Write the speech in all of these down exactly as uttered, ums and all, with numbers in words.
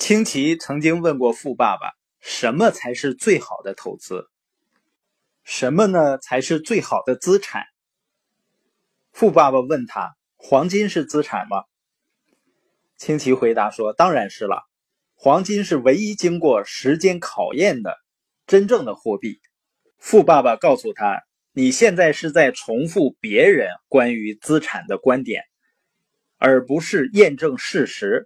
清奇曾经问过富爸爸，什么才是最好的投资？什么呢才是最好的资产？富爸爸问他，黄金是资产吗？清奇回答说，当然是了，黄金是唯一经过时间考验的真正的货币。富爸爸告诉他，你现在是在重复别人关于资产的观点，而不是验证事实。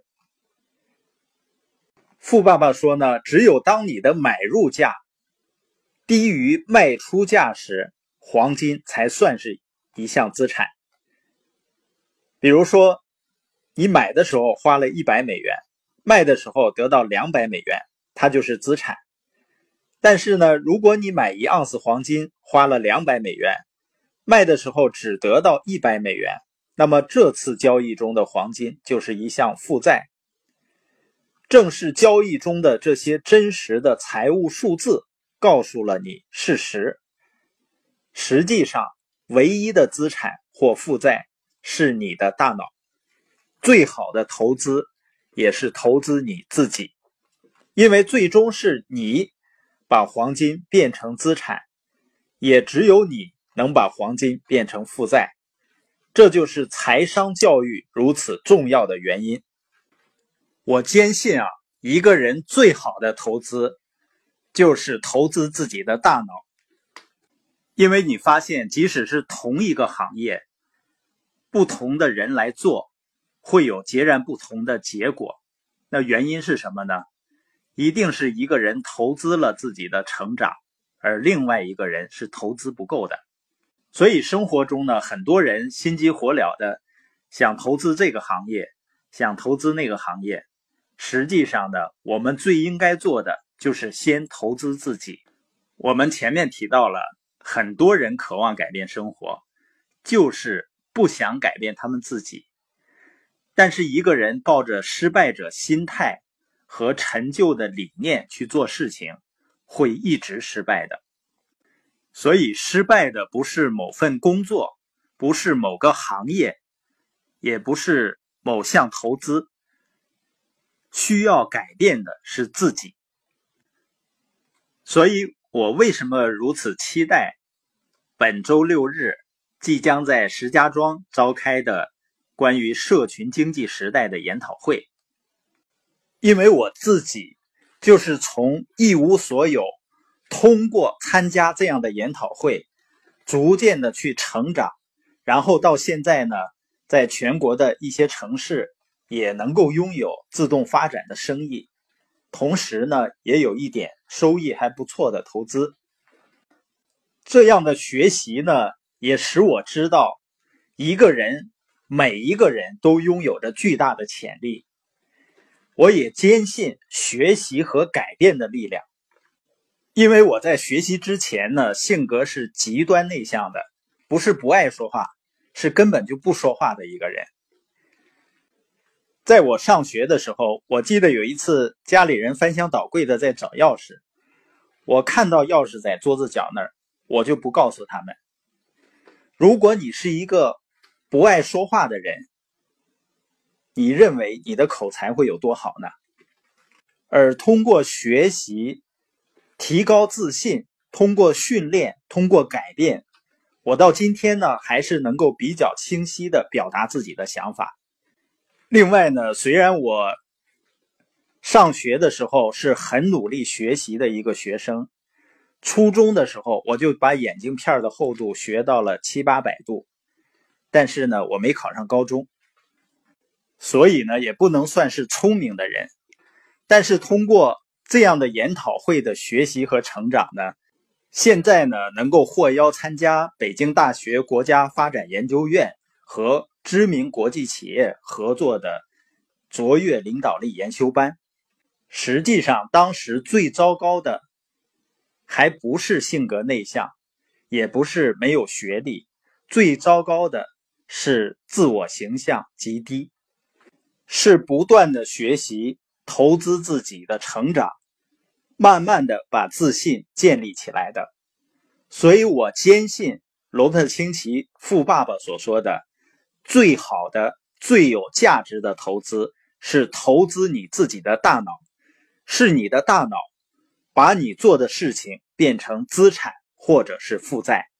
富爸爸说呢，只有当你的买入价低于卖出价时，黄金才算是一项资产。比如说，你买的时候花了一百美元，卖的时候得到两百美元，它就是资产。但是呢，如果你买一盎司黄金花了两百美元，卖的时候只得到一百美元，那么这次交易中的黄金就是一项负债。正是交易中的这些真实的财务数字告诉了你事实。实际上，唯一的资产或负债是你的大脑。最好的投资也是投资你自己，因为最终是你把黄金变成资产，也只有你能把黄金变成负债。这就是财商教育如此重要的原因。我坚信啊，一个人最好的投资就是投资自己的大脑。因为你发现，即使是同一个行业，不同的人来做，会有截然不同的结果。那原因是什么呢？一定是一个人投资了自己的成长，而另外一个人是投资不够的。所以生活中呢，很多人心急火燎的想投资这个行业，想投资那个行业。实际上呢，我们最应该做的就是先投资自己。我们前面提到了，很多人渴望改变生活，就是不想改变他们自己。但是一个人抱着失败者心态和陈旧的理念去做事情，会一直失败的。所以失败的不是某份工作，不是某个行业，也不是某项投资，需要改变的是自己。所以我为什么如此期待本周六日即将在石家庄召开的关于社群经济时代的研讨会？因为我自己就是从一无所有，通过参加这样的研讨会，逐渐的去成长，然后到现在呢，在全国的一些城市也能够拥有自动发展的生意，同时呢，也有一点收益还不错的投资。这样的学习呢，也使我知道，一个人，每一个人都拥有着巨大的潜力。我也坚信学习和改变的力量。因为我在学习之前呢，性格是极端内向的，不是不爱说话，是根本就不说话的一个人。在我上学的时候，我记得有一次家里人翻箱倒柜的在找钥匙，我看到钥匙在桌子角那儿，我就不告诉他们。如果你是一个不爱说话的人，你认为你的口才会有多好呢？而通过学习提高自信，通过训练，通过改变，我到今天呢，还是能够比较清晰地表达自己的想法。另外呢，虽然我上学的时候是很努力学习的一个学生，初中的时候我就把眼镜片的厚度学到了七八百度，但是呢，我没考上高中，所以呢，也不能算是聪明的人。但是通过这样的研讨会的学习和成长呢，现在呢，能够获邀参加北京大学国家发展研究院和知名国际企业合作的卓越领导力研修班。实际上当时最糟糕的还不是性格内向，也不是没有学历，最糟糕的是自我形象极低，是不断的学习，投资自己的成长，慢慢的把自信建立起来的。所以我坚信罗伯特清崎富爸爸所说的，最好的最有价值的投资是投资你自己的大脑。 是你的大脑把你做的事情变成资产或者是负债。